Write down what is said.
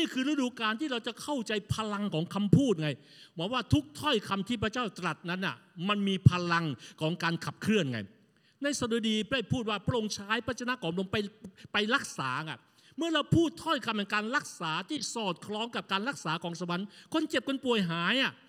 คือฤดูกาลที่เราจะเข้าใจพลังของคำพูดไงว่าทุกถ้อยคำที่พระเจ้าตรัสนั้นน่ะมันมีพลังของการขับเคลื่อนไงในสดุดีได้พูดว่าพระองค์ใช้พระชนะของพระองค์ไปรักษาอ่ะเมื่อเราพูดถ้อยคำในการรักษาที่สอดคล้องกับการรักษาของสวรรค์คนเจ็บคนป่วยหายอ่ะ